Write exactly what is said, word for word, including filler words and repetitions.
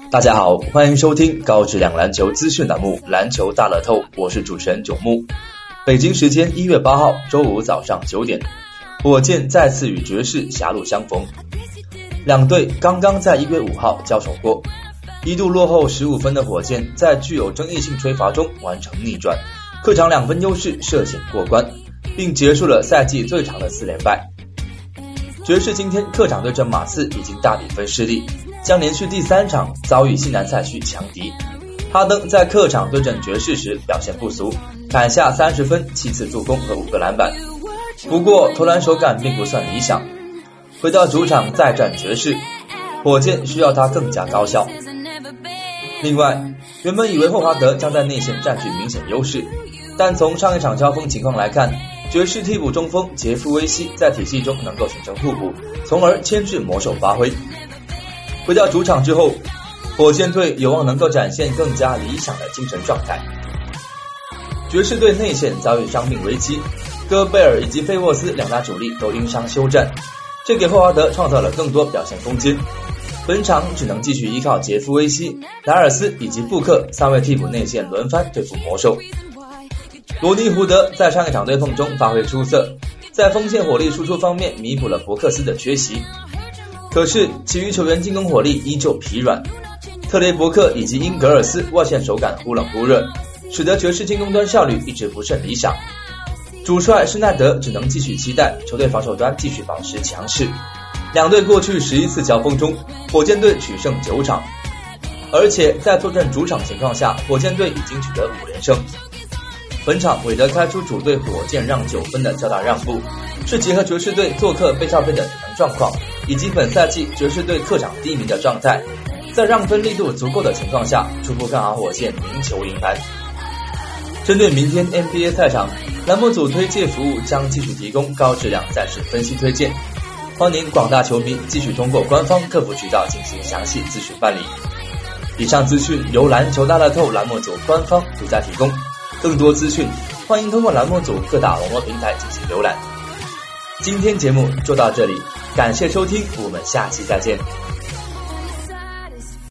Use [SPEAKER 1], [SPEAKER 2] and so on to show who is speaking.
[SPEAKER 1] 大家好，欢迎收听高质量篮球资讯栏目篮球大乐透，我是主持人九木。北京时间一月八号周五早上九点，火箭再次与爵士狭路相逢。两队刚刚在一月五号交手过，一度落后十五分的火箭在具有争议性吹罚中完成逆转，客场两分优势涉险过关，并结束了赛季最长的四连败。爵士今天客场对阵马刺已经大比分失利，将连续第三场遭遇西南赛区强敌。哈登在客场对阵爵士时表现不俗，砍下三十分、七次助攻和五个篮板，不过投篮手感并不算理想。回到主场再战爵士，火箭需要他更加高效。另外，原本以为霍华德将在内线占据明显优势，但从上一场交锋情况来看，爵士替补中锋杰夫威西在体系中能够形成互补，从而牵制魔兽发挥。回到主场之后，火箭队有望能够展现更加理想的精神状态。爵士队内线遭遇伤病危机，戈贝尔以及费沃斯两大主力都因伤休战，这给霍华德创造了更多表现空间。本场只能继续依靠杰夫威西、莱尔斯以及布克三位替补内线轮番对付魔兽。罗尼胡德在上一场对碰中发挥出色，在锋线火力输出方面弥补了伯克斯的缺席，可是其余球员进攻火力依旧疲软，特雷伯克以及英格尔斯外线手感忽冷忽热，使得爵士进攻端效率一直不甚理想。主帅施耐德只能继续期待球队防守端继续保持强势。两队过去十一次交锋中，火箭队取胜九场，而且在坐镇主场情况下，火箭队已经取得五连胜。本场韦德开出主队火箭让九分的较大让步，是结合爵士队做客被套费的体能状况，以及本赛季爵士队客场低迷的状态，在让分力度足够的情况下，初步看好火箭赢球赢盘。针对明天 N B A 赛场，栏目组推介服务将继续提供高质量赛事分析推荐，欢迎广大球迷继续通过官方客服渠道进行详细咨询办理。以上资讯由篮球大乐透栏目组官方独家提供，更多资讯欢迎通过栏目组各大网络平台进行浏览。今天节目就到这里，感谢收听，我们下期再见。